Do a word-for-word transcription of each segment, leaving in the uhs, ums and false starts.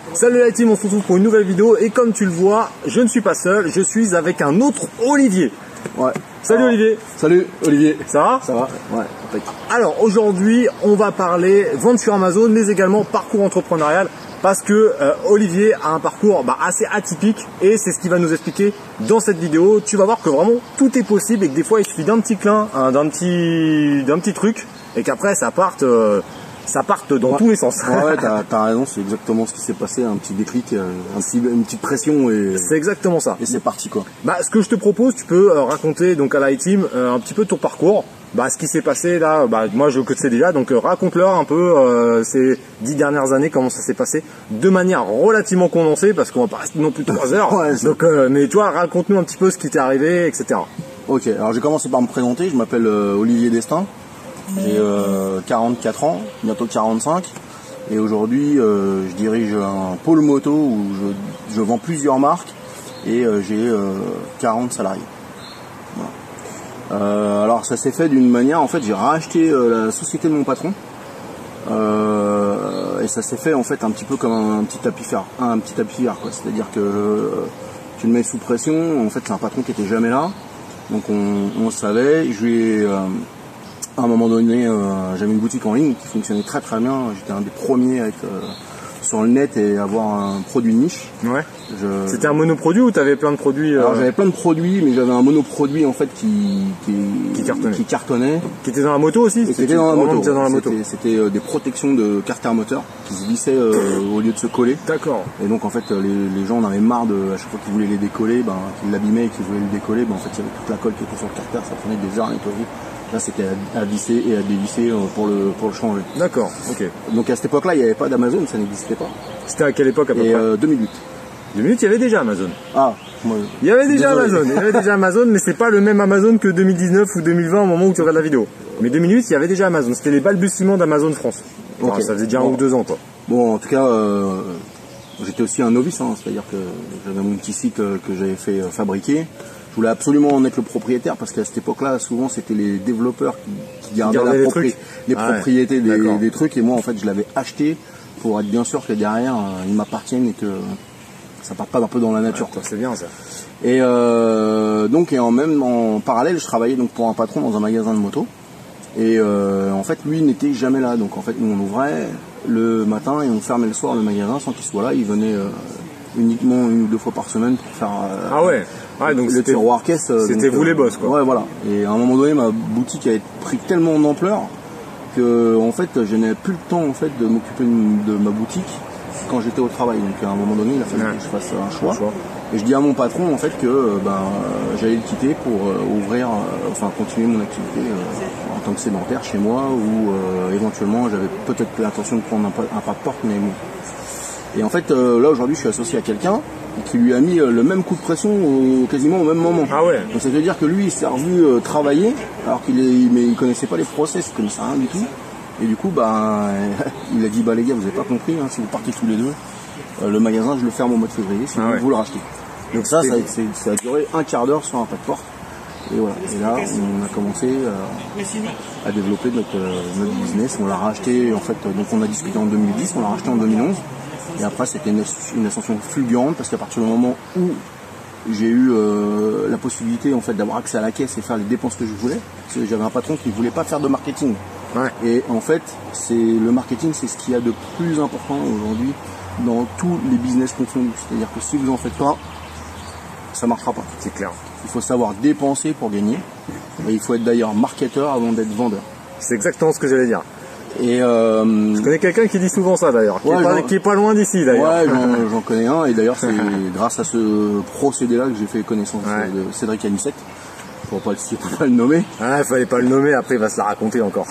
Salut la team, on se retrouve pour une nouvelle vidéo et comme tu le vois, je ne suis pas seul, je suis avec un autre Olivier. Ouais. Salut Alors, Olivier. Salut Olivier. Ça va? Ça va. Ouais. Impec. Alors aujourd'hui, on va parler vente sur Amazon, mais également parcours entrepreneurial, parce que euh, Olivier a un parcours bah, assez atypique et c'est ce qu'il va nous expliquer dans cette vidéo. Tu vas voir que vraiment tout est possible et que des fois il suffit d'un petit clin, hein, d'un petit, d'un petit truc et qu'après ça parte. Euh, ça parte dans ouais. tous les sens. Ouais, ouais t'as as raison, c'est exactement ce qui s'est passé, un petit déclic, un petit, une petite pression et c'est exactement ça. Et c'est parti quoi. Bah, ce que je te propose, tu peux euh, raconter donc à la team euh, un petit peu ton parcours, bah, ce qui s'est passé là. Bah, moi je que tu sais déjà, donc euh, raconte-leur un peu euh, ces dix dernières années comment ça s'est passé, de manière relativement condensée parce qu'on va pas rester non plus trois heures. ouais, donc, euh, mais toi raconte-nous un petit peu ce qui t'est arrivé, et cetera. Ok, alors j'ai commencé par me présenter. Je m'appelle euh, Olivier Destin. J'ai euh, quarante-quatre ans, bientôt quarante-cinq, et aujourd'hui euh, je dirige un pôle moto où je, je vends plusieurs marques et euh, j'ai euh, quarante salariés. Voilà. Euh, alors ça s'est fait d'une manière, en fait j'ai racheté euh, la société de mon patron euh, et ça s'est fait en fait un petit peu comme un, un petit tapis fer, un, un petit tapis vert quoi. C'est-à-dire que euh, tu le mets sous pression. En fait c'est un patron qui était jamais là, donc on, on savait. Je lui ai, euh, à un moment donné, euh, j'avais une boutique en ligne qui fonctionnait très très bien. J'étais un des premiers à être euh, sur le net et avoir un produit de niche. Ouais. Je... C'était un monoproduit ou tu avais plein de produits euh... Alors j'avais plein de produits, mais j'avais un monoproduit en fait qui qui, qui, cartonnait. qui cartonnait. Qui était dans la moto aussi. Qui était dans la moto. Dans la moto. C'était euh, des protections de carter moteur qui se glissaient euh, au lieu de se coller. D'accord. Et donc en fait les, les gens en avaient marre de à chaque fois qu'ils voulaient les décoller, ben qu'ils l'abîmaient et qu'ils voulaient le décoller, ben en fait il y avait toute la colle qui était sur le carter, ça prenait des heures à nettoyer. Là c'était à visser et à dévisser pour le, pour le changer. D'accord, ok. Donc à cette époque-là, il n'y avait pas d'Amazon, ça n'existait pas. C'était à quelle époque à peu et, près euh, deux mille huit. deux mille huit, il y avait déjà Amazon. Ah, moi, il y avait déjà désolé. Amazon, il y avait déjà Amazon, mais c'est pas le même Amazon que deux mille dix-neuf ou deux mille vingt au moment où tu regardes la vidéo. Mais deux mille huit, il y avait déjà Amazon, c'était les balbutiements d'Amazon France. Enfin, okay. Ça faisait déjà bon. un ou deux ans quoi. Bon, en tout cas, euh, j'étais aussi un novice, hein, c'est-à-dire que j'avais mon petit site euh, que j'avais fait euh, fabriquer. Je voulais absolument en être le propriétaire parce qu'à cette époque-là, souvent c'était les développeurs qui, qui gardaient, gardaient la les, propri les ah propriétés ouais. des, des trucs, et moi en fait je l'avais acheté pour être bien sûr que derrière euh, ils m'appartiennent et que ça parte pas un peu dans la nature. Ouais, c'est bien ça. Et euh, donc et en même en parallèle, je travaillais donc pour un patron dans un magasin de moto. Et euh, en fait lui n'était jamais là, donc en fait nous on ouvrait le matin et on fermait le soir le magasin sans qu'il soit là. Il venait euh, uniquement une ou deux fois par semaine pour faire euh, ah ouais. Ouais, donc le tiroir caisse. C'était vous euh, les boss quoi. Ouais voilà. Et à un moment donné ma boutique a pris tellement d'ampleur que en fait je n'avais plus le temps en fait de m'occuper de ma boutique quand j'étais au travail. Donc à un moment donné il a fallu ouais. que je fasse un choix. un choix. Et je dis à mon patron en fait que ben j'allais le quitter pour euh, ouvrir, euh, enfin continuer mon activité euh, en tant que sédentaire chez moi, ou euh, éventuellement j'avais peut-être l'intention de prendre un pas, un pas de porte, mais bon. Et en fait euh, là aujourd'hui je suis associé à quelqu'un qui lui a mis euh, le même coup de pression au, quasiment au même moment. Ah ouais. Donc ça veut dire que lui il s'est revu euh, travailler alors qu'il est, mais il connaissait pas les process, il connaissait rien du tout. Et du coup bah il a dit bah les gars vous avez pas compris, hein, si vous partez tous les deux, euh, le magasin je le ferme au mois de février, si ah vous, ouais. vous le rachetez. Donc ça, ça, ça a duré un quart d'heure sur un pas de porte. Et voilà. Et là, on a commencé euh, à développer notre, euh, notre business. On l'a racheté, en fait, donc on a discuté en deux mille dix, on l'a racheté en deux mille onze. Et après, c'était une, une ascension fulgurante parce qu'à partir du moment où j'ai eu euh, la possibilité en fait d'avoir accès à la caisse et faire les dépenses que je voulais, parce que j'avais un patron qui ne voulait pas faire de marketing. Ouais. Et en fait, c'est le marketing, c'est ce qu'il y a de plus important aujourd'hui dans tous les business confondus. C'est-à-dire que si vous en faites pas, ça marchera pas. C'est clair. Il faut savoir dépenser pour gagner. Et il faut être d'ailleurs marketeur avant d'être vendeur. C'est exactement ce que j'allais dire. Et euh... je connais quelqu'un qui dit souvent ça d'ailleurs, qui, ouais, qui est pas loin d'ici d'ailleurs. Ouais, j'en connais un, et d'ailleurs c'est grâce à ce procédé-là que j'ai fait connaissance ouais. de Cédric Anissette. Pour pas le, pour pas le nommer. Ah, il fallait pas le nommer, après il va se la raconter encore.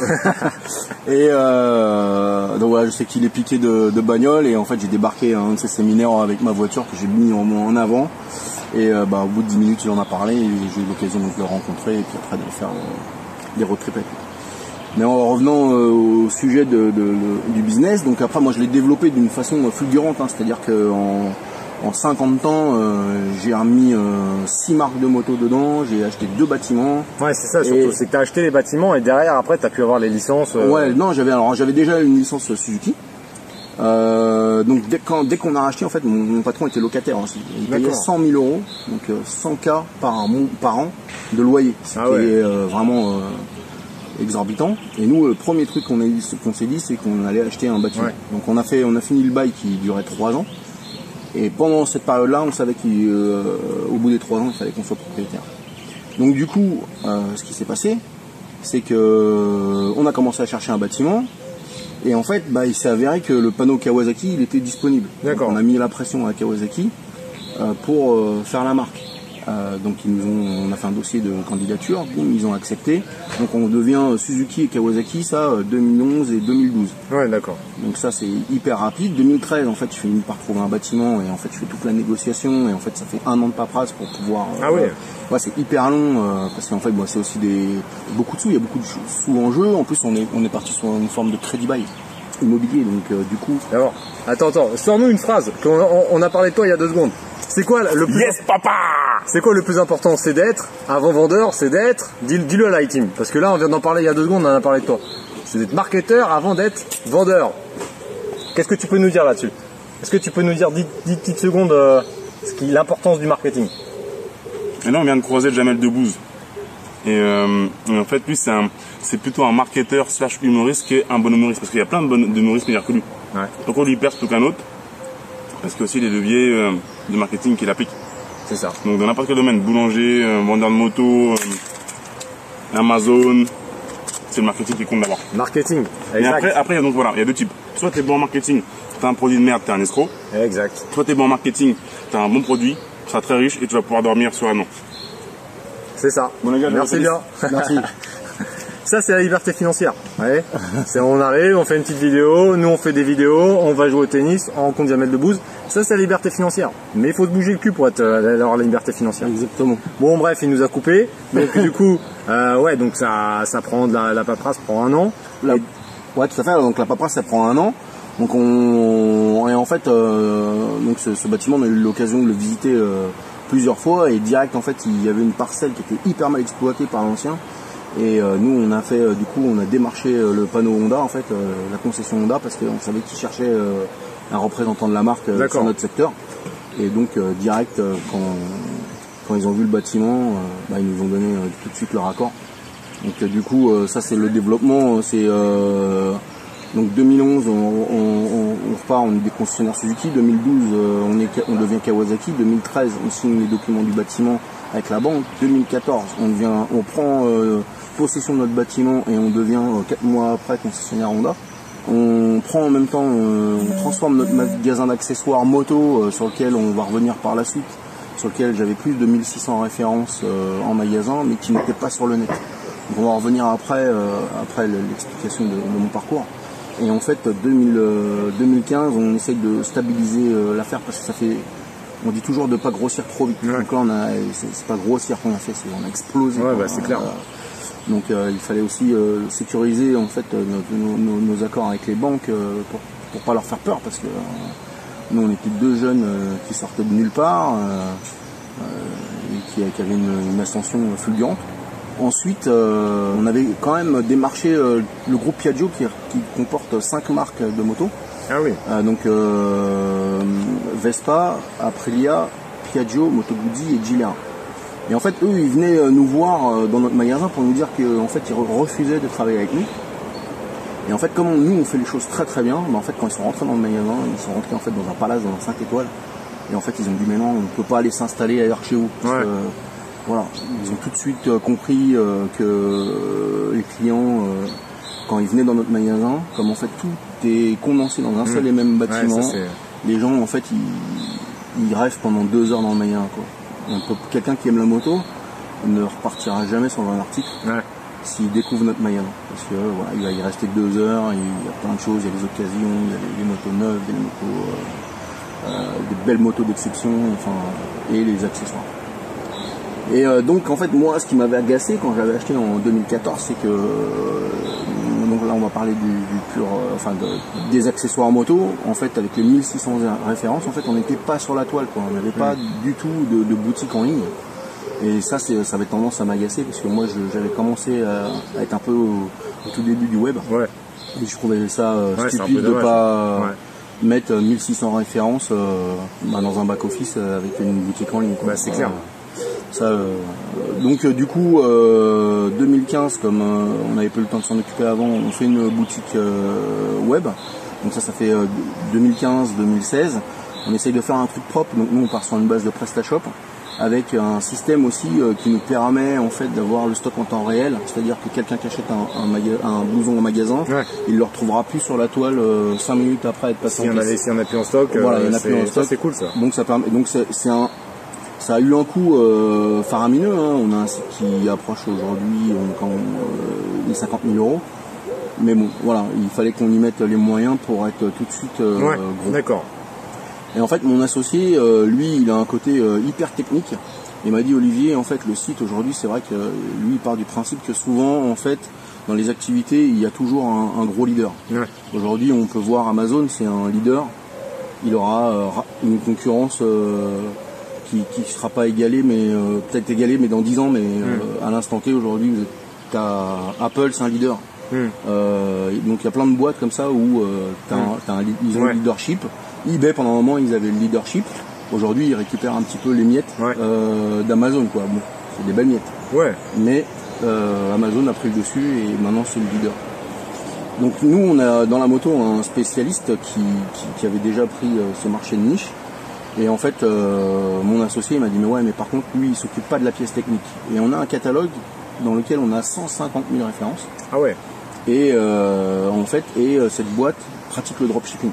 Et euh, donc voilà, je sais qu'il est piqué de, de bagnole, et en fait j'ai débarqué à un de ses séminaires avec ma voiture que j'ai mis en, en avant. Et euh, bah, au bout de dix minutes il en a parlé, et j'ai eu l'occasion de le rencontrer et puis après de faire euh, des road trips avec lui. Mais en revenant euh, au sujet de, de, de, du business, donc après moi je l'ai développé d'une façon fulgurante, hein, c'est-à-dire qu'en en cinquante ans, euh, j'ai remis euh, six marques de moto dedans, j'ai acheté deux bâtiments. Ouais, c'est ça, surtout, c'est que tu as acheté les bâtiments et derrière, après, tu as pu avoir les licences. Euh... Ouais, non, j'avais alors j'avais déjà une licence Suzuki. Euh, euh, donc dès, quand, dès qu'on a racheté, en fait, mon, mon patron était locataire aussi. Il payait cent mille euros, donc euh, cent K par, par an de loyer. C'était ah ouais. euh, vraiment euh, exorbitant. Et nous, le premier truc qu'on qu'on s'est dit, c'est qu'on allait acheter un bâtiment. Ouais. Donc on a fait, on a fini le bail qui durait trois ans. Et pendant cette période-là, on savait qu'au euh, bout des trois ans, il fallait qu'on soit propriétaire. Donc du coup, euh, ce qui s'est passé, c'est que euh, on a commencé à chercher un bâtiment. Et en fait, bah, il s'est avéré que le panneau Kawasaki, il était disponible. D'accord. On a mis la pression à Kawasaki euh, pour euh, faire la marque. Euh, donc ils nous ont, on a fait un dossier de candidature, boum, ils ont accepté. Donc on devient Suzuki et Kawasaki, ça, deux mille onze et deux mille douze. Ouais, d'accord. Donc ça c'est hyper rapide. deux mille treize, en fait, je finis par trouver un bâtiment et en fait je fais toute la négociation et en fait ça fait un an de paperasse pour pouvoir. Euh, ah ouais. Euh, ouais, c'est hyper long euh, parce qu'en fait, bon, c'est aussi des beaucoup de sous. Il y a beaucoup de sous en jeu. En plus, on est on est parti sur une forme de crédit bail immobilier. Donc euh, du coup. Alors, attends, attends. Sors-nous une phrase. On, on, on a parlé de toi il y a deux secondes. C'est quoi le plus Yes, papa. C'est quoi le plus important? C'est d'être avant vendeur, c'est d'être. Dis-le à l'iTeam. Parce que là, on vient d'en parler il y a deux secondes. On en a parlé de toi. C'est d'être marketeur avant d'être vendeur. Qu'est-ce que tu peux nous dire là-dessus? Est-ce que tu peux nous dire dix petites secondes euh, ce qui l'importance du marketing? Et là, on vient de croiser Jamel Debbouze. Et, euh, et en fait, lui, c'est un, c'est plutôt un marketeur slash humoriste qu'un bon humoriste. Parce qu'il y a plein de bons humoristes meilleurs que lui. Ouais. Donc, on lui perce plus qu'un autre. Parce qu'il y a aussi des leviers euh, de marketing qu'il applique. C'est ça. Donc, dans n'importe quel domaine, boulanger, euh, vendeur de moto, euh, Amazon, c'est le marketing qui compte d'abord. Marketing. Et après, après, il y a donc voilà, il y a deux types. Soit tu es bon en marketing, tu as un produit de merde, tu es un escroc. Exact. Soit tu es bon en marketing, tu as un bon produit, tu seras très riche et tu vas pouvoir dormir sur un an. C'est ça. Bon, les gars, merci bien. Merci. Ça, c'est la liberté financière. Ouais. C'est, on arrive, on fait une petite vidéo, nous on fait des vidéos, on va jouer au tennis, on rencontre Jamel Debbouze. Ça, c'est la liberté financière. Mais il faut se bouger le cul pour être, euh, avoir la liberté financière. Exactement. Bon, bref, il nous a coupé. Donc, du coup, euh, ouais, donc ça, ça prend de la, la paperasse prend un an. La... Et... Ouais, tout à fait. Donc la paperasse, ça prend un an. Donc on, et en fait, euh, donc ce, ce bâtiment, on a eu l'occasion de le visiter euh, plusieurs fois et direct, en fait, il y avait une parcelle qui était hyper mal exploitée par l'ancien. Et euh, nous, on a fait, euh, du coup, on a démarché euh, le panneau Honda, en fait, euh, la concession Honda, parce qu'on savait qu'ils cherchaient euh, un représentant de la marque euh, sur notre secteur. Et donc, euh, direct, euh, quand, quand ils ont vu le bâtiment, euh, bah, ils nous ont donné euh, tout de suite leur accord. Donc, euh, du coup, euh, ça, c'est le développement. C'est euh, donc deux mille onze, on, on, on, on repart, on est des concessionnaires Suzuki. deux mille douze, euh, on, est, on devient Kawasaki. deux mille treize, on signe les documents du bâtiment avec la banque. deux mille quatorze, on devient, on prend euh, possession de notre bâtiment et on devient euh, quatre mois après concessionnaire Honda. On prend en même temps, euh, on transforme notre magasin d'accessoires moto euh, sur lequel on va revenir par la suite, sur lequel j'avais plus de mille six cents références euh, en magasin, mais qui n'étaient pas sur le net. Donc on va revenir après, euh, après l'explication de, de mon parcours. Et en fait, deux mille, euh, deux mille quinze, on essaye de stabiliser euh, l'affaire parce que ça fait, on dit toujours de pas grossir trop vite. Ouais. Donc là, on a, c'est pas grossir qu'on a fait, c'est on a explosé. Ouais, bah, c'est clair. Euh, donc euh, il fallait aussi euh, sécuriser en fait nos, nos, nos accords avec les banques euh, pour pour pas leur faire peur parce que euh, nous on était deux jeunes euh, qui sortaient de nulle part euh, euh, et qui, qui avaient une, une ascension fulgurante. Ensuite, euh, on avait quand même démarché euh, le groupe Piaggio qui, qui comporte cinq marques de motos. Ah oui. Euh, donc euh, Vespa, Aprilia, Piaggio, Moto Guzzi et Giuliana. Et en fait, eux, ils venaient nous voir euh, dans notre magasin pour nous dire qu'en fait, ils refusaient de travailler avec nous. Et en fait, comme nous, on fait les choses très très bien, mais en fait, quand ils sont rentrés dans le magasin, ils sont rentrés en fait dans un palace, dans un cinq étoiles. Et en fait, ils ont dit, mais non, on ne peut pas aller s'installer ailleurs chez vous. Parce ouais. que, voilà, ils ont tout de suite euh, compris euh, que euh, les clients, euh, quand ils venaient dans notre magasin, comme en fait tout est condensé dans un seul mmh. et même bâtiment, ouais, ça, les gens en fait ils, ils restent pendant deux heures dans le magasin, quoi. Quelqu'un qui aime la moto ne repartira jamais sans un article ouais. s'il découvre notre magasin. Parce que euh, voilà, il va y rester deux heures, il y a plein de choses, il y a les occasions, il y a les, les motos neuves, des motos, euh, euh, des belles motos d'exception, enfin, et les accessoires. Et euh, donc en fait moi ce qui m'avait agacé quand j'avais acheté en deux mille quatorze, c'est que euh, donc là on va parler du, du pur euh, enfin de, des accessoires moto, en fait avec les mille six cents références, en fait on n'était pas sur la toile, quoi. On n'avait pas mmh. du tout de, de boutique en ligne. Et ça c'est ça avait tendance à m'agacer parce que moi je, j'avais commencé à, à être un peu au, au tout début du web. Ouais. Et je trouvais ça euh, ouais, stupide de pas ouais. mettre mille six cents références euh, bah, dans un back-office euh, avec une boutique en ligne. Bah, c'est clair. Ça, euh, donc euh, du coup, euh, deux mille quinze, comme euh, on n'avait pas eu le temps de s'en occuper avant, on fait une boutique euh, web. Donc ça, ça fait euh, deux mille quinze deux mille seize. On essaye de faire un truc propre. Donc nous, on part sur une base de PrestaShop avec un système aussi euh, qui nous permet en fait d'avoir le stock en temps réel. C'est-à-dire que quelqu'un qui achète un, un, maga- un blouson au magasin, ouais. il le retrouvera plus sur la toile euh, cinq minutes après être passé si en caisse. S'il y en a plus en stock, voilà, euh, il y en a plus en stock. Ça, c'est cool ça. Donc ça permet. Donc c'est, c'est un Ça a eu un coût euh, faramineux, hein. On a un site qui approche aujourd'hui euh, euh, les cinquante mille euros. Mais bon, voilà, il fallait qu'on y mette les moyens pour être tout de suite euh, ouais, gros. D'accord. Et en fait, mon associé, euh, lui, il a un côté euh, hyper technique. Il m'a dit, Olivier, en fait, le site aujourd'hui, c'est vrai que euh, lui, il part du principe que souvent, en fait, dans les activités, il y a toujours un, un gros leader. Ouais. Aujourd'hui, on peut voir Amazon, c'est un leader. Il aura euh, une concurrence... Euh, qui ne sera pas égalé, mais euh, peut-être égalé, mais dans dix ans, mais euh, mmh. à l'instant T, aujourd'hui, t'as Apple, c'est un leader. Mmh. Euh, donc il y a plein de boîtes comme ça où euh, t'as mmh. un, t'as un, ils ont ouais. le leadership. eBay, pendant un moment, ils avaient le leadership. Aujourd'hui, ils récupèrent un petit peu les miettes ouais. euh, d'Amazon, quoi. Bon, c'est des belles miettes. Ouais. Mais euh, Amazon a pris le dessus et maintenant c'est le leader. Donc nous, on a dans la moto un spécialiste qui, qui, qui avait déjà pris euh, ce marché de niche. Et en fait, euh, mon associé m'a dit mais ouais, mais par contre, lui, il s'occupe pas de la pièce technique. Et on a un catalogue dans lequel on a cent cinquante mille références. Ah ouais. Et euh, en fait, et euh, cette boîte pratique le dropshipping.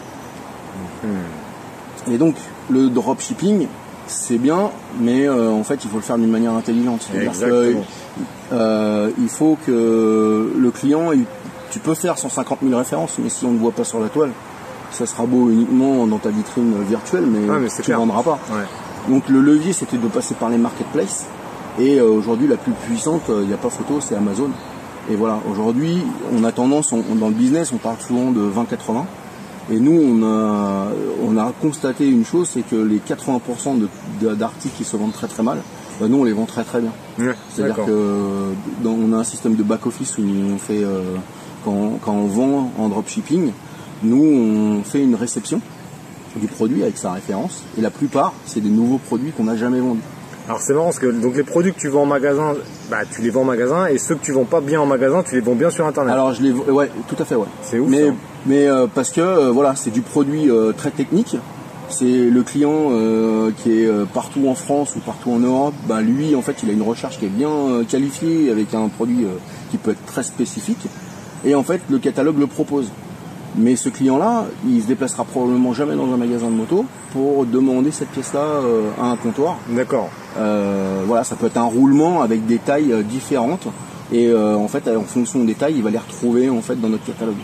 Mmh. Et donc, le dropshipping, c'est bien, mais euh, en fait, il faut le faire d'une manière intelligente. C'est-à-dire que, euh, il faut que le client, il, tu peux faire cent cinquante mille références, mais si on ne voit pas sur la toile, ça sera beau uniquement dans ta vitrine virtuelle, mais, ah, mais tu ne vendras pas. Ouais. Donc le levier, c'était de passer par les marketplaces. Et euh, aujourd'hui, la plus puissante, il euh, n'y a pas photo, c'est Amazon. Et voilà, aujourd'hui, on a tendance, on, dans le business, on parle souvent de vingt quatre-vingts. Et nous, on a, on a constaté une chose, c'est que les quatre-vingts pour cent de, de, d'articles qui se vendent très très mal, bah nous, on les vend très très bien. Ouais, c'est-à-dire d'accord. que dans, on a un système de back-office où on fait, euh, quand, quand on vend en dropshipping, nous, on fait une réception du produit avec sa référence. Et la plupart, c'est des nouveaux produits qu'on n'a jamais vendus. Alors c'est marrant parce que donc les produits que tu vends en magasin, bah tu les vends en magasin, et ceux que tu vends pas bien en magasin, tu les vends bien sur internet. Alors je les, ouais, tout à fait, ouais. C'est ouf. Mais ça. mais euh, parce que euh, voilà, c'est du produit euh, très technique. C'est le client euh, qui est euh, partout en France ou partout en Europe. Bah lui, en fait, il a une recherche qui est bien euh, qualifiée avec un produit euh, qui peut être très spécifique. Et en fait, le catalogue le propose. Mais ce client-là, il se déplacera probablement jamais dans un magasin de moto pour demander cette pièce-là euh, à un comptoir. D'accord. Euh, voilà, ça peut être un roulement avec des tailles euh, différentes. Et euh, en fait, en fonction des tailles, il va les retrouver en fait dans notre catalogue.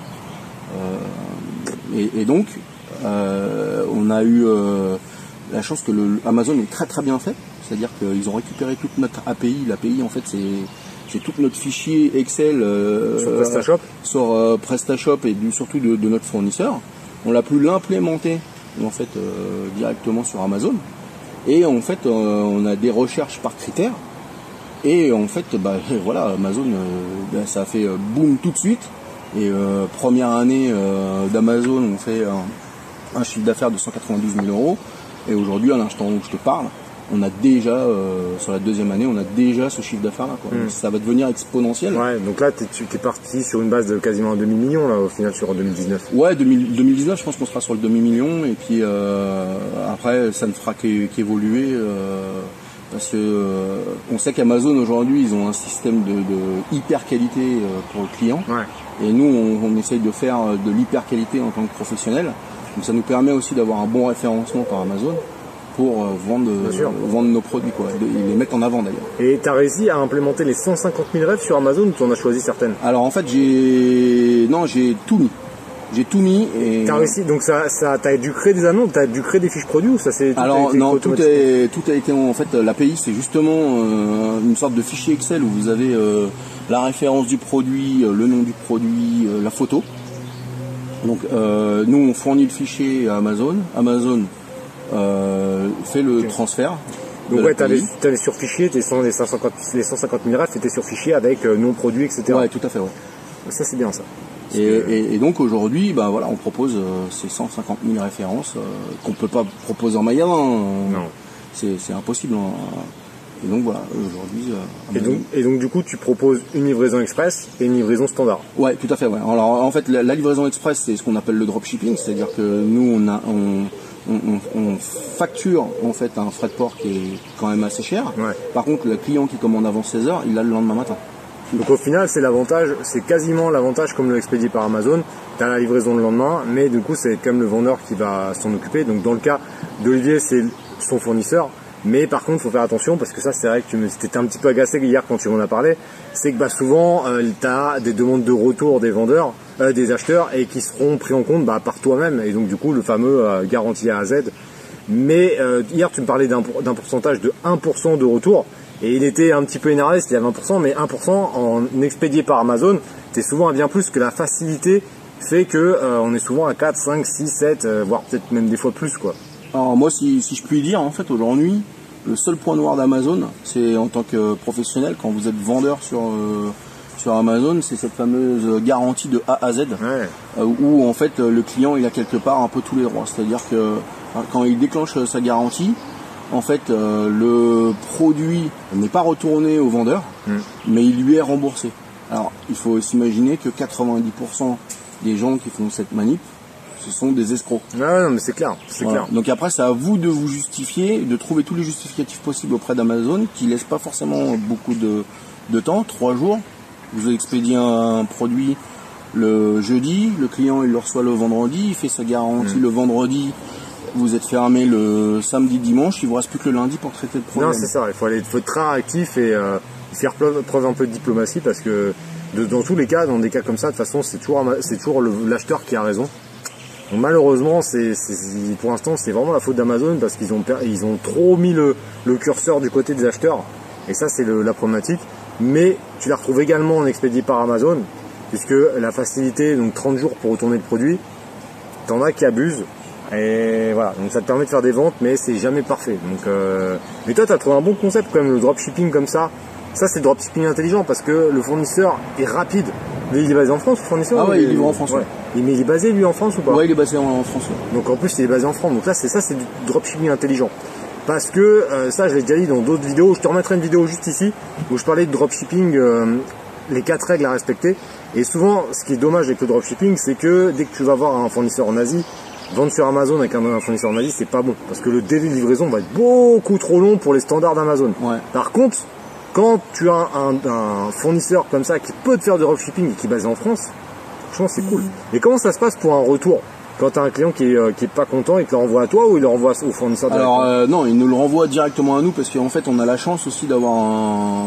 Euh, et, et donc, euh, on a eu euh, la chance que le Amazon est très très bien fait. C'est-à-dire qu'ils ont récupéré toute notre A P I. L'A P I, en fait, c'est c'est tout notre fichier Excel euh, sur PrestaShop, sur euh, PrestaShop et du, surtout de, de notre fournisseur. On l'a pu l'implémenter en fait euh, directement sur Amazon. Et en fait, euh, on a des recherches par critères. Et en fait, bah voilà, Amazon, euh, bah, ça a fait euh, boom tout de suite. Et euh, première année euh, d'Amazon, on fait un, un chiffre d'affaires de cent quatre-vingt-douze mille euros. Et aujourd'hui, à l'instant où je te parle, on a déjà, euh, sur la deuxième année, on a déjà ce chiffre d'affaires-là. Mmh. Ça va devenir exponentiel. Ouais, donc là, tu es parti sur une base de quasiment un demi-million, là, au final, sur deux mille dix-neuf. Ouais, deux mille dix-neuf, je pense qu'on sera sur le demi-million. Et puis, euh, après, ça ne fera qu'évoluer. Euh, parce que euh, on sait qu'Amazon, aujourd'hui, ils ont un système de, de hyper qualité euh, pour le client. Ouais. Et nous, on, on essaye de faire de l'hyper qualité en tant que professionnel. Donc, ça nous permet aussi d'avoir un bon référencement par Amazon pour euh, vendre, euh, vendre nos produits, quoi, de, et les mettre en avant d'ailleurs. Et tu as réussi à implémenter les cent cinquante mille rêves sur Amazon ou tu en as choisi certaines? Alors en fait, j'ai non, j'ai tout mis. J'ai tout mis et... T'as réussi, donc ça, ça, t'as dû créer des annonces, t'as dû créer des fiches produits ou ça c'est... Alors non, tout, est, tout a été en fait, l'A P I c'est justement euh, une sorte de fichier Excel où vous avez euh, la référence du produit, euh, le nom du produit, euh, la photo. Donc euh, nous on fournit le fichier à Amazon, Amazon euh, fait le okay. transfert. Donc ouais, t'avais, t'avais sur fichier, tes cent, les, cent cinquante, les cent cinquante mille rêves, c'était sur fichier avec euh, nom produit, et cetera. Ouais, tout à fait, ouais. Ça c'est bien ça. Et, et, et donc aujourd'hui, ben voilà, on propose euh, ces cent cinquante mille références euh, qu'on peut pas proposer en magasin. Euh, non. C'est impossible. Hein. Et donc voilà, aujourd'hui. Euh, et, donc, et donc du coup, tu proposes une livraison express et une livraison standard. Ouais, tout à fait. Ouais. Alors en fait, la, la livraison express, c'est ce qu'on appelle le dropshipping, c'est-à-dire que nous, on a, on, on, on facture en fait un frais de port qui est quand même assez cher. Ouais. Par contre, le client qui commande avant seize heures, il l'a le lendemain matin. Donc au final, c'est l'avantage, c'est quasiment l'avantage comme le expédié par Amazon. Tu as la livraison le lendemain, mais du coup, c'est comme le vendeur qui va s'en occuper. Donc dans le cas d'Olivier, c'est son fournisseur. Mais par contre, il faut faire attention parce que ça, c'est vrai que tu étais un petit peu agacé hier quand tu m'en as parlé. C'est que bah, souvent, euh, tu as des demandes de retour des vendeurs, euh, des acheteurs, et qui seront pris en compte bah, par toi-même. Et donc du coup, le fameux euh, garantie A à Z. Mais euh, hier, tu me parlais d'un d'un pourcentage de un pour cent de retour. Et il était un petit peu énervé, c'était à vingt pour cent, mais un pour cent en expédié par Amazon, c'est souvent à bien plus que la facilité fait que euh, on est souvent à quatre, cinq, six, sept, euh, voire peut-être même des fois plus quoi. Alors moi, si, si je puis dire, en fait, aujourd'hui, le seul point noir d'Amazon, c'est en tant que professionnel, quand vous êtes vendeur sur, euh, sur Amazon, c'est cette fameuse garantie de A à Z, ouais. euh, où en fait le client il a quelque part un peu tous les droits. C'est-à-dire que quand il déclenche sa garantie, en fait, euh, le produit n'est pas retourné au vendeur, mmh. mais il lui est remboursé. Alors, il faut s'imaginer que quatre-vingt-dix pour cent des gens qui font cette manip, ce sont des escrocs. Ah non, mais c'est clair, c'est voilà. clair. Donc après, c'est à vous de vous justifier, de trouver tous les justificatifs possibles auprès d'Amazon, qui laissent pas forcément beaucoup de, de temps, trois jours. Vous expédiez un produit le jeudi, le client il le reçoit le vendredi, il fait sa garantie mmh. le vendredi. Vous êtes fermé le samedi, dimanche, il vous reste plus que le lundi pour traiter le problème. Non, c'est ça, il faut, aller, il faut être très réactif et euh, faire preuve, preuve un peu de diplomatie parce que de, dans tous les cas, dans des cas comme ça, de toute façon, c'est toujours, c'est toujours l'acheteur qui a raison. Donc, malheureusement, c'est, c'est, pour l'instant, c'est vraiment la faute d'Amazon parce qu'ils ont, ils ont trop mis le, le curseur du côté des acheteurs et ça, c'est le, la problématique. Mais tu la retrouves également en expédié par Amazon puisque la facilité, donc trente jours pour retourner le produit, t'en as qui abusent. Et voilà, donc ça te permet de faire des ventes, mais c'est jamais parfait. Donc, euh... mais toi, tu as trouvé un bon concept quand même, le dropshipping comme ça. Ça, c'est le dropshipping intelligent parce que le fournisseur est rapide. Mais il est basé en France, le fournisseur? Ah ouais, il est livré en France. Ouais. Ouais. Mais il est basé lui en France ou pas? Ouais, il est basé en France. Ouais. Donc en plus, il est basé en France. Donc là, c'est ça, c'est du dropshipping intelligent. Parce que euh, ça, je l'ai déjà dit dans d'autres vidéos. Je te remettrai une vidéo juste ici où je parlais de dropshipping, euh, les quatre règles à respecter. Et souvent, ce qui est dommage avec le dropshipping, c'est que dès que tu vas voir un fournisseur en Asie, vendre sur Amazon avec un fournisseur en Asie, c'est pas bon. Parce que le délai de livraison va être beaucoup trop long pour les standards d'Amazon. Ouais. Par contre, quand tu as un, un fournisseur comme ça qui peut te faire du dropshipping et qui est basé en France, franchement, c'est cool. Et comment ça se passe pour un retour? Quand tu as un client qui est, euh, qui est pas content, il te le renvoie à toi ou il le renvoie au fournisseur? Alors euh, non, il nous le renvoie directement à nous parce qu'en fait, on a la chance aussi d'avoir un,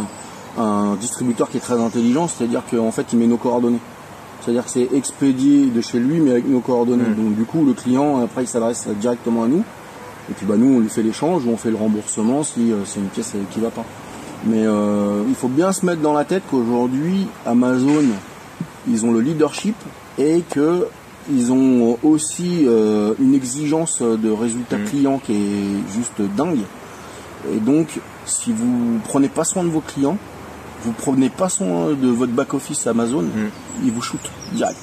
un distributeur qui est très intelligent, c'est-à-dire qu'en fait, il met nos coordonnées. C'est-à-dire que c'est expédié de chez lui, mais avec nos coordonnées. Mmh. Donc du coup, le client, après, il s'adresse directement à nous. Et puis bah, nous, on lui fait l'échange ou on fait le remboursement si euh, c'est une pièce qui ne va pas. Mais euh, il faut bien se mettre dans la tête qu'aujourd'hui, Amazon, ils ont le leadership et qu'ils ont aussi euh, une exigence de résultat mmh. client qui est juste dingue. Et donc, si vous prenez pas soin de vos clients, vous prenez pas soin de votre back-office Amazon, mmh. ils vous shootent direct.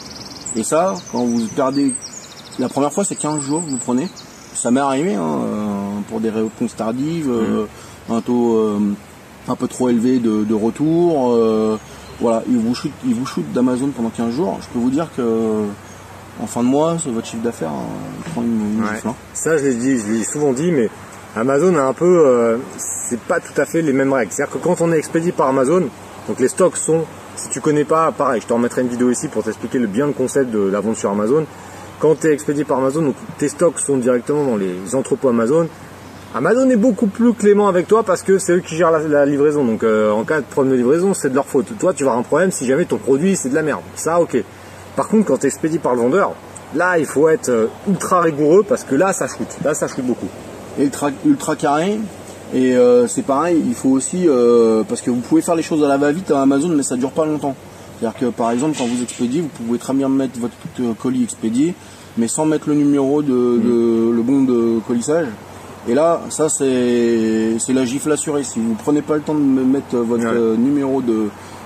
Et ça, quand vous perdez, la première fois c'est quinze jours que vous prenez, ça m'est arrivé hein, pour des réponses tardives, mmh. euh, un taux euh, un peu trop élevé de, de retour, euh, voilà, ils vous shootent, ils vous shootent d'Amazon pendant quinze jours. Je peux vous dire que en fin de mois, votre chiffre d'affaires hein, prend une, une ouais. gifle, hein. Ça je l'ai dit, je l'ai souvent dit, mais Amazon a un peu, euh, c'est pas tout à fait les mêmes règles. C'est-à-dire que quand on est expédié par Amazon, donc les stocks sont, si tu connais pas, pareil, je te remettrai une vidéo ici pour t'expliquer le bien le concept de la vente sur Amazon. Quand tu es expédié par Amazon, donc tes stocks sont directement dans les entrepôts Amazon. Amazon est beaucoup plus clément avec toi parce que c'est eux qui gèrent la, la livraison. Donc euh, en cas de problème de livraison, c'est de leur faute. Toi, tu vas avoir un problème si jamais ton produit c'est de la merde. Ça, ok. Par contre, quand tu es expédié par le vendeur, là, il faut être euh, ultra rigoureux parce que là, ça shoot. Là, ça shoot beaucoup. Ultra, ultra carré et euh, c'est pareil, il faut aussi euh, parce que vous pouvez faire les choses à la va-vite à Amazon mais ça dure pas longtemps. C'est-à-dire que par exemple quand vous expédiez, vous pouvez très bien mettre votre colis expédié mais sans mettre le numéro de, mmh. de le bon de colissage. Et là, ça c'est c'est la gifle assurée. Si vous prenez pas le temps de mettre votre ouais. numéro de,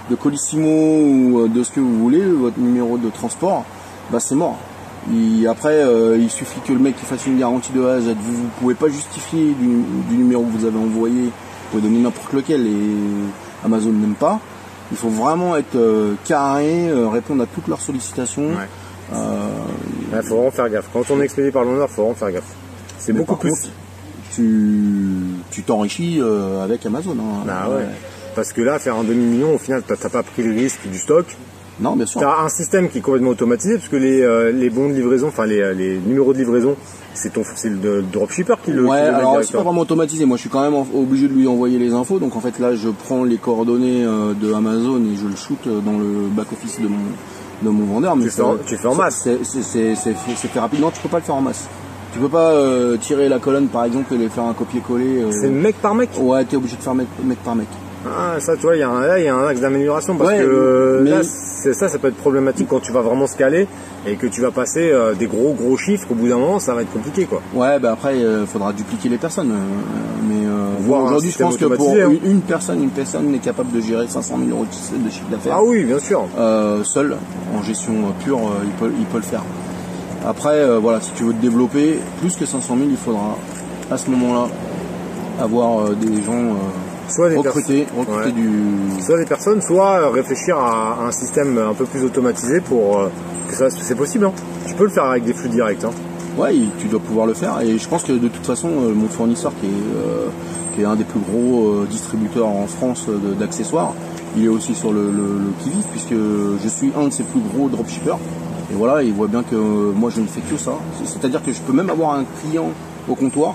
de Colissimo ou de ce que vous voulez, votre numéro de transport, bah c'est mort. Et après, euh, il suffit que le mec fasse une garantie de A à Z. Vous ne pouvez pas justifier du, du numéro que vous avez envoyé, vous pouvez donner n'importe lequel et Amazon n'aime pas. Il faut vraiment être euh, carré, euh, répondre à toutes leurs sollicitations. Ouais. Euh, Il faut vraiment faire gaffe. Quand on est expédié par l'honneur, il faut vraiment faire gaffe. C'est beaucoup plus. Contre, tu tu t'enrichis euh, avec Amazon. Hein. Bah ouais. Parce que là, faire un demi-million, au final, t'as pas pris le risque du stock. Non, bien sûr. Tu as un système qui est complètement automatisé, parce que les, euh, les bons de livraison, enfin les, les numéros de livraison, c'est ton, c'est le dropshipper qui le. Ouais, qui le alors c'est pas vraiment automatisé. Moi, je suis quand même obligé de lui envoyer les infos. Donc en fait, là, je prends les coordonnées euh, de Amazon et je le shoot dans le back office de mon de mon vendeur. Mais tu, fais en, tu fais en masse. C'est c'est c'est c'est fait rapide. Non, tu peux pas le faire en masse. Tu peux pas euh, tirer la colonne par exemple et les faire un copier-coller. Euh... C'est mec par mec. Ouais, t'es obligé de faire mec, mec par mec. Ah, ça, tu vois, il y a un, là, il y a un axe d'amélioration parce ouais, que mais... là, c'est ça, ça peut être problématique quand tu vas vraiment scaler et que tu vas passer euh, des gros gros chiffres. Au bout d'un moment, ça va être compliqué, quoi. Ouais, bah après, il euh, faudra dupliquer les personnes. Euh, mais euh, aujourd'hui, je pense que pour hein. une, une personne, une personne est capable de gérer cinq cent mille euros de chiffre d'affaires. Ah oui, bien sûr. Euh, seul, en gestion pure, euh, il peut, il peut le faire. Après, euh, voilà, si tu veux te développer, plus que cinq cent mille, il faudra à ce moment-là avoir euh, des gens. Euh, Soit des recruter, recruter ouais. du... soit des personnes, soit réfléchir à un système un peu plus automatisé pour euh, que ça, c'est possible. Hein. Tu peux le faire avec des flux directs. Hein. Ouais, tu dois pouvoir le faire. Et je pense que de toute façon, euh, mon fournisseur, qui est, euh, qui est un des plus gros euh, distributeurs en France euh, d'accessoires, il est aussi sur le, le, le qui-vive, puisque je suis un de ses plus gros dropshippers. Et voilà, il voit bien que euh, moi, je ne fais que ça. C'est-à-dire que je peux même avoir un client au comptoir.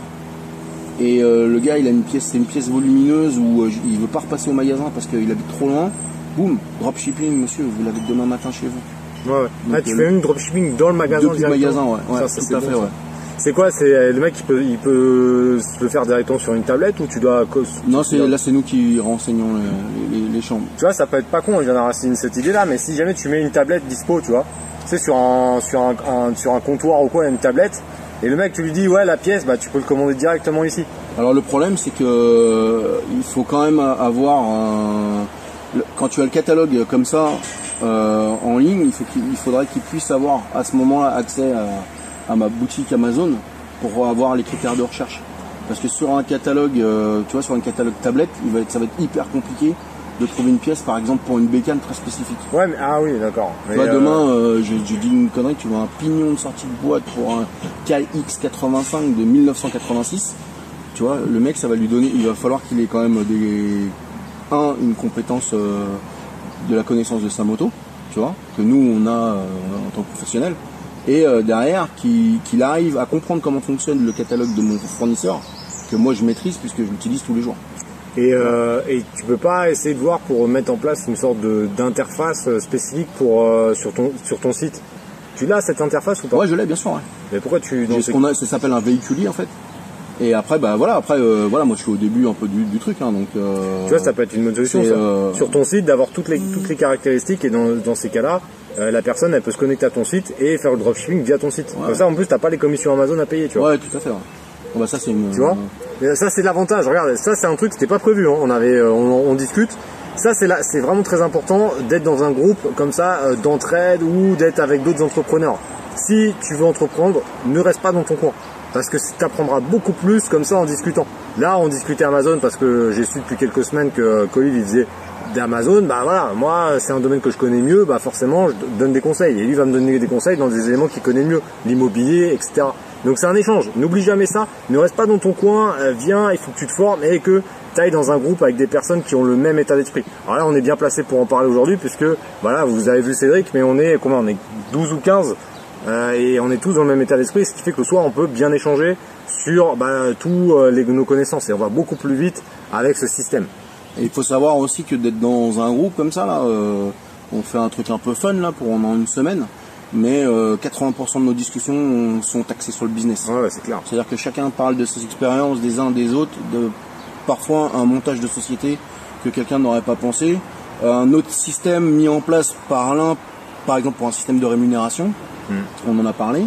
Et euh, le gars, il a une pièce, c'est une pièce volumineuse où euh, il veut pas repasser au magasin parce qu'il habite trop loin. Boum, dropshipping, monsieur, vous l'avez demain matin chez vous. Ouais, ouais. Donc, ah, tu euh, fais même dropshipping dans le magasin. Depuis le magasin, ouais. ouais ça, ça, tout à bon, fait, ouais. C'est quoi, c'est le mec qui peut, il peut se le faire directement sur une tablette ou tu dois. Non, c'est là, c'est nous qui renseignons les, les, les chambres. Tu vois, ça peut être pas con, il vient d'enraciner cette idée-là, mais si jamais tu mets une tablette dispo, tu vois, tu sais, sur un, sur un, un, sur un comptoir ou quoi, il y a une tablette. Et le mec, tu lui dis, ouais, la pièce, bah, tu peux le commander directement ici. Alors, le problème, c'est que euh, il faut quand même avoir un... Quand tu as le catalogue comme ça, euh, en ligne, il, faut qu'il, il faudrait qu'il puisse avoir à ce moment-là accès à, à ma boutique Amazon pour avoir les critères de recherche. Parce que sur un catalogue, euh, tu vois, sur un catalogue tablette, il va être, ça va être hyper compliqué de trouver une pièce, par exemple, pour une bécane très spécifique. Ouais, mais, ah oui, d'accord. Tu vois, euh... demain, euh, j'ai, j'ai dit une connerie, tu vois un pignon de sortie de boîte pour un K X quatre-vingt-cinq de mille neuf cent quatre-vingt-six. Tu vois, le mec, ça va lui donner, il va falloir qu'il ait quand même des, un, une compétence euh, de la connaissance de sa moto, tu vois, que nous, on a euh, en tant que professionnel. Et euh, derrière, qu'il, qu'il arrive à comprendre comment fonctionne le catalogue de mon fournisseur, que moi je maîtrise puisque je l'utilise tous les jours. Et, euh, et tu peux pas essayer de voir pour mettre en place une sorte de, d'interface spécifique pour, euh, sur, ton, sur ton site. Tu l'as cette interface ou pas? Ouais, je l'ai bien sûr. Ouais. Mais pourquoi tu... Dans ce qu'on a, ça s'appelle un véhiculier en fait. Et après, bah voilà, après, euh, voilà, moi je suis au début un peu du, du truc, hein, donc. Euh, tu vois, ça peut être une bonne solution, ça. Euh... Sur ton site, d'avoir toutes les toutes les caractéristiques et dans, dans ces cas-là, euh, la personne, elle peut se connecter à ton site et faire le dropshipping via ton site. Ouais. Comme ça, en plus, t'as pas les commissions Amazon à payer, tu vois. Ouais, tout à fait. Ouais. Bon, bah ça c'est une. Tu vois. Et ça c'est l'avantage. Regarde, ça c'est un truc, c'était pas prévu. Hein. On avait, on, on discute. Ça c'est là, c'est vraiment très important d'être dans un groupe comme ça, euh, d'entraide ou d'être avec d'autres entrepreneurs. Si tu veux entreprendre, ne reste pas dans ton coin. Parce que tu apprendras beaucoup plus comme ça en discutant. Là, on discutait Amazon parce que j'ai su depuis quelques semaines que Colin il faisait d'Amazon. Bah voilà, moi c'est un domaine que je connais mieux, bah forcément je donne des conseils. Et lui va me donner des conseils dans des éléments qu'il connaît mieux, l'immobilier, et cetera. Donc c'est un échange. N'oublie jamais ça. Ne reste pas dans ton coin. Euh, viens, il faut que tu te formes et que tu ailles dans un groupe avec des personnes qui ont le même état d'esprit. Alors là, on est bien placé pour en parler aujourd'hui puisque voilà, vous avez vu Cédric, mais on est combien? On est douze ou quinze. Euh, et on est tous dans le même état d'esprit, ce qui fait que le soir on peut bien échanger sur bah, tous euh, les, nos connaissances et on va beaucoup plus vite avec ce système. Et il faut savoir aussi que d'être dans un groupe comme ça, là, euh, on fait un truc un peu fun là pour pendant une semaine, mais euh, quatre-vingts pour cent de nos discussions sont axées sur le business. Ouais, ouais, c'est clair. C'est-à-dire que chacun parle de ses expériences des uns des autres, de parfois un montage de société que quelqu'un n'aurait pas pensé, un autre système mis en place par l'un, par exemple pour un système de rémunération. Mmh. On en a parlé.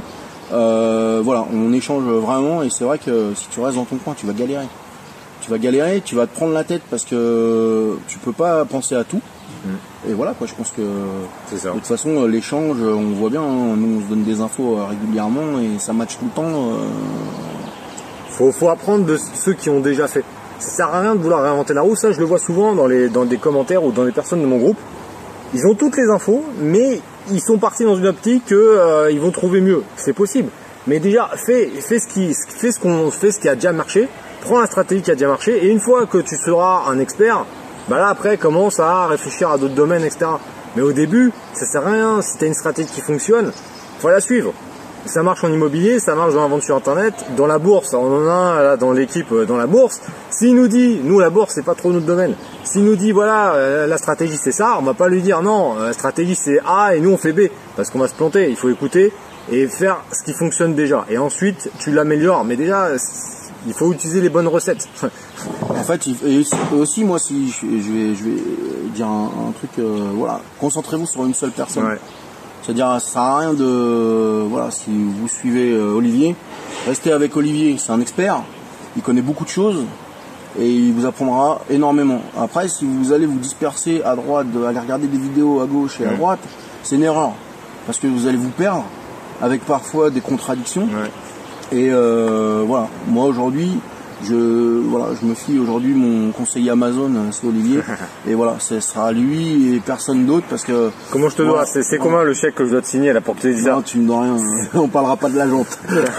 Euh, voilà, on échange vraiment et c'est vrai que si tu restes dans ton coin, tu vas galérer. Tu vas galérer, tu vas te prendre la tête parce que tu peux pas penser à tout. Mmh. Et voilà, quoi, je pense que ça. de toute façon, l'échange, on voit bien, hein, nous on se donne des infos régulièrement et ça match tout le temps. Euh... Faut, faut apprendre de ceux qui ont déjà fait. Ça sert à rien de vouloir réinventer la roue, ça je le vois souvent dans, les, dans des commentaires ou dans les personnes de mon groupe. Ils ont toutes les infos, mais ils sont partis dans une optique qu'ils euh, vont trouver mieux. C'est possible. Mais déjà, fais, fais, ce qui, fais, ce qu'on, fais ce qui a déjà marché, prends la stratégie qui a déjà marché, et une fois que tu seras un expert, bah là après commence à réfléchir à d'autres domaines, et cetera. Mais au début, ça sert à rien. Si tu as une stratégie qui fonctionne, faut la suivre. Ça marche en immobilier, ça marche dans la vente sur internet, dans la bourse, on en a un là dans l'équipe dans la bourse. S'il nous dit, nous la bourse c'est pas trop notre domaine, s'il nous dit voilà euh, la stratégie c'est ça, on va pas lui dire non, la stratégie c'est A et nous on fait B, parce qu'on va se planter. Il faut écouter et faire ce qui fonctionne déjà, et ensuite tu l'améliores, mais déjà il faut utiliser les bonnes recettes. En fait, et aussi moi si je vais, je vais dire un, un truc, euh, voilà, concentrez-vous sur une seule personne. Ouais. C'est-à-dire, ça sert à rien de, voilà, si vous suivez euh, Olivier, restez avec Olivier, c'est un expert, il connaît beaucoup de choses et il vous apprendra énormément. Après, si vous allez vous disperser à droite, aller regarder des vidéos à gauche et à droite, c'est une erreur, parce que vous allez vous perdre avec parfois des contradictions. Ouais. Et euh, voilà, moi aujourd'hui, je voilà, je me fie aujourd'hui, mon conseiller Amazon, c'est Olivier, et voilà, ce sera lui et personne d'autre, parce que. Comment je te voilà, dois, c'est, c'est combien le chèque que je dois te signer là pour que tu dises ça? Non, tu me dois rien, on parlera pas de la jante.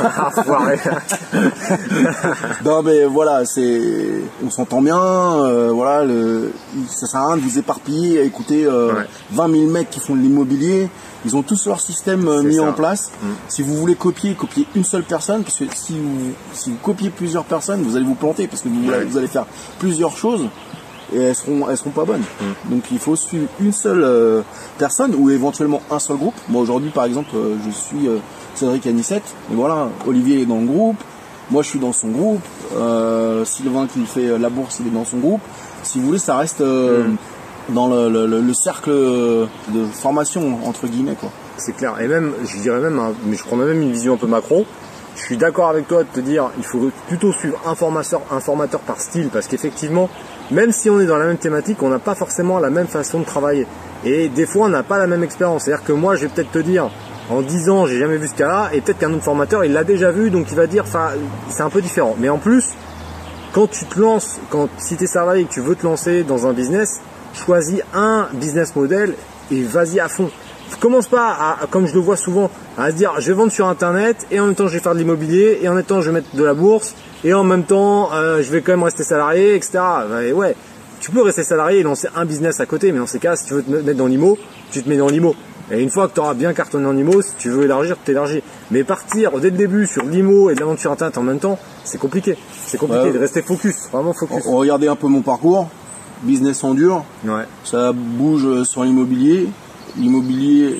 Non mais voilà, c'est, on s'entend bien, euh, voilà, le, ça sert à rien de vous éparpiller à écouter euh, ouais. vingt mille mecs qui font de l'immobilier. Ils ont tous leur système euh, mis ça. en place. Mmh. Si vous voulez copier, copiez une seule personne, parce que si vous, si vous copiez plusieurs personnes, vous allez vous planter, parce que vous, ouais. vous allez faire plusieurs choses et elles seront, elles seront pas bonnes. Mmh. Donc il faut suivre une seule euh, personne ou éventuellement un seul groupe. Moi aujourd'hui par exemple, euh, je suis euh, Cédric Anissette, et voilà, Olivier est dans le groupe, moi je suis dans son groupe, euh, Sylvain qui fait la bourse il est dans son groupe. Si vous voulez, ça reste euh, mmh. dans le, le, le cercle de formation entre guillemets, quoi. C'est clair, et même je dirais même, hein, mais je prends même une vision un peu macro. Je suis d'accord avec toi de te dire il faut plutôt suivre un formateur, un formateur par style, parce qu'effectivement, même si on est dans la même thématique, on n'a pas forcément la même façon de travailler, et des fois on n'a pas la même expérience. C'est à dire que moi je vais peut-être te dire en dix ans j'ai jamais vu ce cas-là, et peut-être qu'un autre formateur il l'a déjà vu, donc il va dire enfin c'est un peu différent. Mais en plus, quand tu te lances, quand si tu es salarié et que tu veux te lancer dans un business, choisis un business model et vas-y à fond. Commence pas à, comme je le vois souvent, à se dire je vais vendre sur internet et en même temps je vais faire de l'immobilier et en même temps je vais mettre de la bourse et en même temps euh, je vais quand même rester salarié, et cetera. Et ouais, tu peux rester salarié et lancer un business à côté, mais dans ces cas, si tu veux te mettre dans l'immo, tu te mets dans l'immo. Et une fois que tu auras bien cartonné en immo, si tu veux élargir, tu élargis. Mais partir dès le début sur l'immo et de la vente sur internet en même temps, c'est compliqué. C'est compliqué euh, de rester focus, vraiment focus. On, on regardait un peu mon parcours, business en dur, ouais. Ça bouge sur l'immobilier. L'immobilier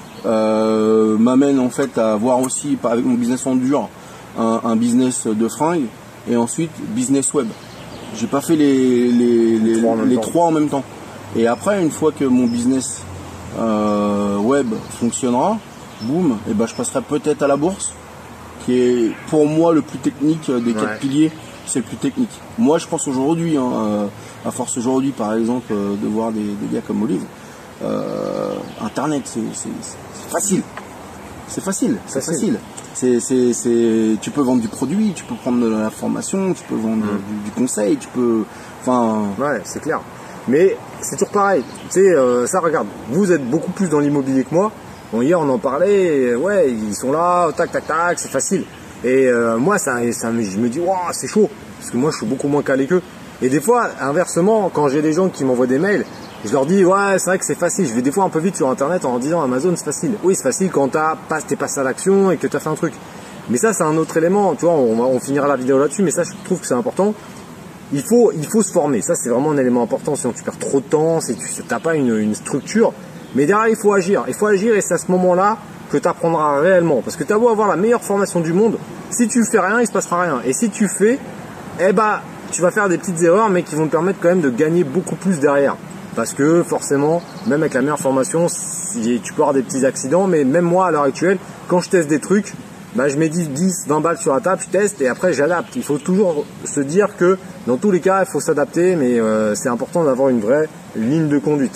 euh, m'amène en fait à voir aussi, avec mon business en dur, un, un business de fringues et ensuite business web. J'ai pas fait les, les, les, les, trois, en les trois en même temps. Et après, une fois que mon business euh, web fonctionnera, boum, et ben je passerai peut-être à la bourse, qui est pour moi le plus technique des quatre ouais. piliers. C'est le plus technique. Moi, je pense aujourd'hui, hein, euh, à force aujourd'hui, par exemple, euh, de voir des, des gars comme Olive. Euh, Internet, c'est, c'est, c'est facile. C'est facile. C'est facile. C'est, c'est, c'est, tu peux vendre du produit, tu peux prendre de la formation, tu peux vendre mmh. du, du conseil, tu peux. Enfin. Ouais, c'est clair. Mais c'est toujours pareil. Tu sais, euh, ça, regarde. Vous êtes beaucoup plus dans l'immobilier que moi. Bon, hier, on en parlait. Ouais, ils sont là, tac, tac, tac, c'est facile. Et euh, moi, ça, ça, je me dis, waouh, c'est chaud. Parce que moi, je suis beaucoup moins calé qu'eux. Et des fois, inversement, quand j'ai des gens qui m'envoient des mails, je leur dis ouais c'est vrai que c'est facile, je vais des fois un peu vite sur internet en disant Amazon c'est facile. Oui c'est facile quand t'as pas, t'es passé à l'action et que tu as fait un truc. Mais ça c'est un autre élément, tu vois, on, on finira la vidéo là-dessus, mais ça je trouve que c'est important. Il faut, il faut se former, ça c'est vraiment un élément important, sinon tu perds trop de temps, si tu n'as pas une, une structure. Mais derrière il faut agir, il faut agir et c'est à ce moment-là que tu apprendras réellement. Parce que tu as beau avoir la meilleure formation du monde, si tu fais rien il se passera rien. Et si tu fais, eh bah tu vas faire des petites erreurs mais qui vont te permettre quand même de gagner beaucoup plus derrière. Parce que forcément, même avec la meilleure formation, si tu peux avoir des petits accidents, mais même moi à l'heure actuelle, quand je teste des trucs, bah, je mets dix, vingt balles sur la table, je teste et après j'adapte. Il faut toujours se dire que dans tous les cas, il faut s'adapter, mais euh, c'est important d'avoir une vraie ligne de conduite. C'est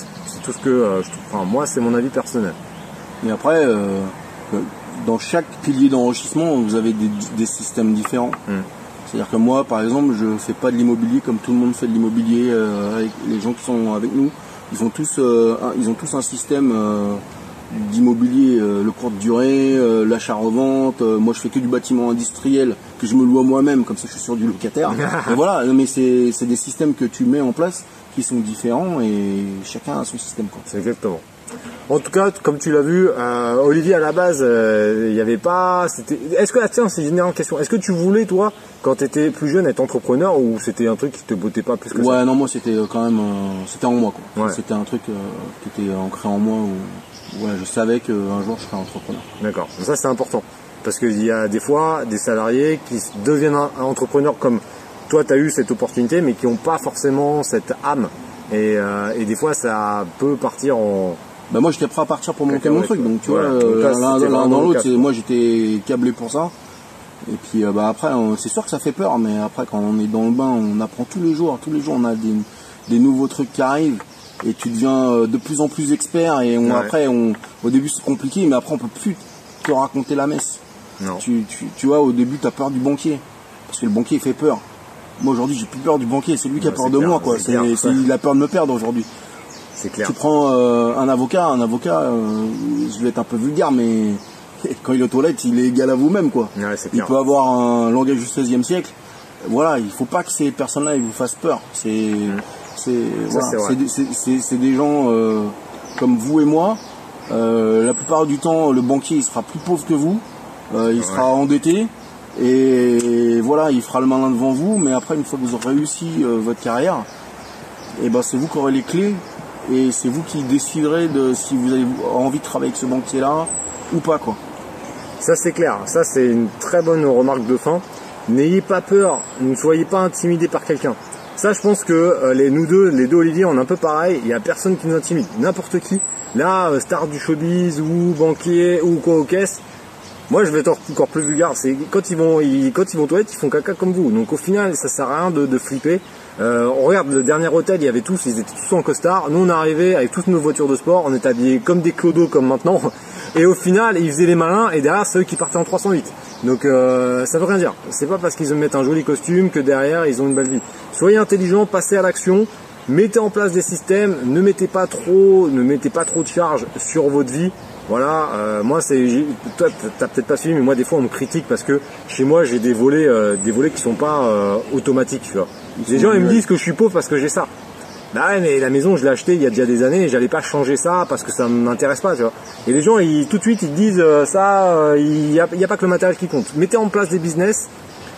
tout ce que euh, je trouve. Enfin, moi, c'est mon avis personnel. Mais après, euh, dans chaque pilier d'enrichissement, vous avez des, des systèmes différents. Mm. C'est-à-dire que moi, par exemple, je fais pas de l'immobilier comme tout le monde fait de l'immobilier euh, avec les gens qui sont avec nous. Ils ont tous, euh, un, ils ont tous un système euh, d'immobilier, euh, le courte durée, euh, l'achat-revente. Euh, moi, je fais que du bâtiment industriel que je me loue moi-même, comme ça, je suis sur du locataire. Et voilà, mais c'est, c'est des systèmes que tu mets en place qui sont différents et chacun a son système. Quoi. C'est exactement. En tout cas, comme tu l'as vu, euh, Olivier à la base, il euh, n'y avait pas. C'était. Est-ce que ah, tiens, c'est une dernière question. Est-ce que tu voulais toi, quand tu étais plus jeune, être entrepreneur ou c'était un truc qui te bottait pas plus que ouais, ça? Ouais, non, moi c'était quand même, euh, c'était en moi quoi. Ouais. C'était un truc euh, qui était ancré en moi où, ouais, je savais qu'un jour je serais entrepreneur. D'accord. Ça c'est important parce qu'il y a des fois des salariés qui deviennent un, un entrepreneur comme toi, tu as eu cette opportunité, mais qui n'ont pas forcément cette âme et, euh, et des fois ça peut partir en Bah moi j'étais prêt à partir pour monter mon truc, donc tu voilà. vois, euh, l'un, l'un dans l'autre, c'est, moi j'étais câblé pour ça. Et puis euh, bah après, on, c'est sûr que ça fait peur, mais après quand on est dans le bain, on apprend tous les jours, tous les jours on a des, des nouveaux trucs qui arrivent, et tu deviens de plus en plus expert, et on, ouais. après, on, au début c'est compliqué, mais après on peut plus te raconter la messe. Non. Tu, tu, tu vois, au début t'as peur du banquier, parce que le banquier il fait peur. Moi aujourd'hui j'ai plus peur du banquier, c'est lui qui a ouais, peur de clair, moi, quoi. C'est c'est, c'est, il a peur de me perdre aujourd'hui. C'est clair. Tu prends euh, un avocat, un avocat, euh, je vais être un peu vulgaire, mais quand il est aux toilettes, il est égal à vous-même, quoi. Ouais, c'est il peut avoir un langage du seizième siècle. Voilà, il faut pas que ces personnes-là ils vous fassent peur. C'est, mmh. c'est, voilà, c'est, c'est, c'est, c'est, c'est des gens euh, comme vous et moi. Euh, la plupart du temps, le banquier il sera plus pauvre que vous, euh, il ouais. sera endetté. Et voilà, il fera le malin devant vous, mais après, une fois que vous aurez réussi euh, votre carrière, et ben c'est vous qui aurez les clés. Et c'est vous qui déciderez de si vous avez envie de travailler avec ce banquier-là ou pas, quoi. Ça c'est clair, ça c'est une très bonne remarque de fin. N'ayez pas peur, ne soyez pas intimidé par quelqu'un. Ça je pense que euh, les, nous deux, les deux Olivier, on est un peu pareil, il n'y a personne qui nous intimide, n'importe qui. Là, euh, star du showbiz ou banquier ou quoi aux caisses, moi je vais être encore plus vulgaire, c'est quand ils vont ils, quand ils vont aux toilettes, ils font caca comme vous. Donc au final, ça sert à rien de, de flipper. Euh, on regarde le dernier hôtel, il y avait tous, ils étaient tous en costard. Nous on arrivait avec toutes nos voitures de sport, on était habillés comme des clodos comme maintenant. Et au final, ils faisaient les malins et derrière c'est eux qui partaient en trois cent huit. Donc euh, ça veut rien dire. C'est pas parce qu'ils mettent un joli costume que derrière ils ont une belle vie. Soyez intelligents, passez à l'action, mettez en place des systèmes, ne mettez pas trop, ne mettez pas trop de charge sur votre vie. Voilà, euh, moi c'est, toi t'as peut-être pas suivi, mais moi des fois on me critique parce que chez moi j'ai des volets, euh, des volets qui sont pas euh, automatiques, tu vois. Les gens ils me disent que je suis pauvre parce que j'ai ça. Bah ouais, mais la maison je l'ai achetée il y a déjà des années et j'allais pas changer ça parce que ça m'intéresse pas, tu vois. Et les gens ils tout de suite ils disent euh, ça, euh, il y a, il y a pas que le matériel qui compte. Mettez en place des business,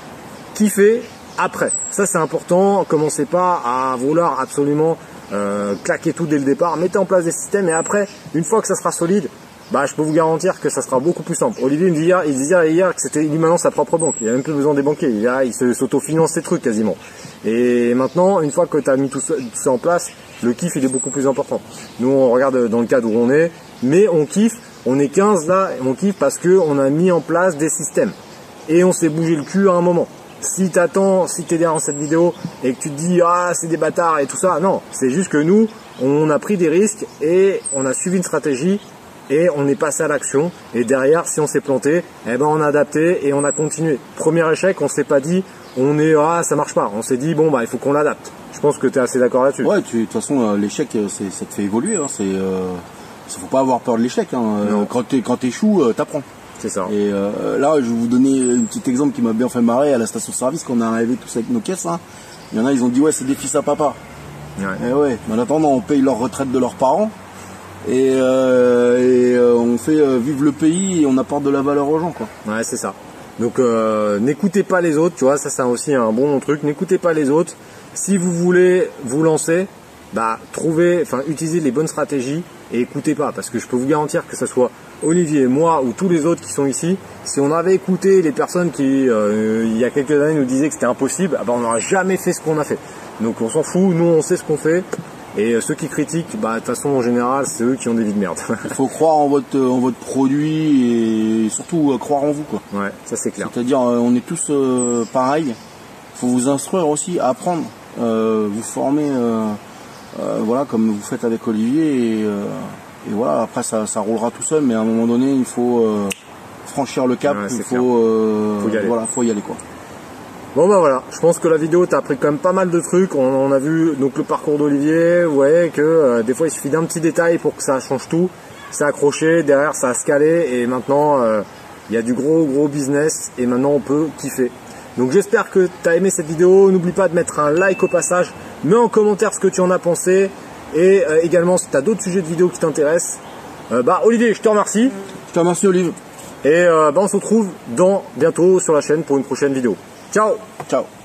kiffez après. Ça c'est important. Commencez pas à vouloir absolument euh, claquer tout dès le départ. Mettez en place des systèmes et après, une fois que ça sera solide, bah, je peux vous garantir que ça sera beaucoup plus simple. Olivier me disait hier, il disait hier que c'était lui maintenant sa propre banque. Il n'a même plus besoin des banquiers. Il, a, il se, s'autofinance ses trucs quasiment. Et maintenant, une fois que tu as mis tout ça, tout ça en place, le kiff il est beaucoup plus important. Nous on regarde dans le cadre où on est, mais on kiffe. On est quinze là, on kiffe parce que on a mis en place des systèmes et on s'est bougé le cul à un moment. Si t'attends, si t'es derrière cette vidéo et que tu te dis ah c'est des bâtards et tout ça, non, c'est juste que nous on a pris des risques et on a suivi une stratégie. Et on est passé à l'action. Et derrière, si on s'est planté, eh ben on a adapté et on a continué. Premier échec, on s'est pas dit, on est ah ça marche pas. On s'est dit bon bah il faut qu'on l'adapte. Je pense que tu es assez d'accord là-dessus. Ouais, tu, de toute façon euh, l'échec, c'est, ça te fait évoluer. Hein, c'est, euh, faut pas avoir peur de l'échec. Hein. Euh, quand tu quand t'échoues, euh, t'apprends. C'est ça. Et euh, là, je vais vous donner un petit exemple qui m'a bien fait marrer à la station-service quand on est arrivé tous avec nos caisses. Hein. Il y en a, ils ont dit ouais c'est des fils à papa. Ouais. Et ouais. Mais en attendant, on paye leur retraite de leurs parents. Et, euh, et euh, on fait euh, vivre le pays et on apporte de la valeur aux gens, quoi. Ouais, c'est ça. Donc euh, n'écoutez pas les autres, tu vois, ça c'est aussi un bon truc. N'écoutez pas les autres. Si vous voulez vous lancer, bah trouvez, enfin utilisez les bonnes stratégies et écoutez pas, parce que je peux vous garantir que ce soit Olivier, moi ou tous les autres qui sont ici, si on avait écouté les personnes qui euh, il y a quelques années nous disaient que c'était impossible, bah, on n'aurait jamais fait ce qu'on a fait. Donc on s'en fout, nous on sait ce qu'on fait. Et ceux qui critiquent, bah de toute façon en général c'est eux qui ont des vies de merde. Il faut croire en votre en votre produit et surtout euh, croire en vous, quoi. Ouais, ça c'est clair. C'est-à-dire euh, on est tous euh, pareils. Il faut vous instruire aussi, apprendre, euh, vous former. Euh, euh, voilà, comme vous faites avec Olivier, et, euh, et voilà, après ça, ça roulera tout seul, mais à un moment donné, il faut euh, franchir le cap, Ouais, il faut, euh, faut y aller. Voilà, faut y aller quoi. Bon bah voilà, je pense que la vidéo t'a appris quand même pas mal de trucs. On, on a vu donc le parcours d'Olivier, vous voyez que euh, des fois il suffit d'un petit détail pour que ça change tout. C'est accroché, derrière ça a scalé et maintenant euh, il y a du gros gros business et maintenant on peut kiffer. Donc j'espère que tu as aimé cette vidéo, n'oublie pas de mettre un like au passage, mets en commentaire ce que tu en as pensé et euh, également si tu as d'autres sujets de vidéos qui t'intéressent. Euh, bah Olivier, je te remercie. Je te remercie Olive. Et euh, bah, on se retrouve dans bientôt sur la chaîne pour une prochaine vidéo. Ciao. Ciao.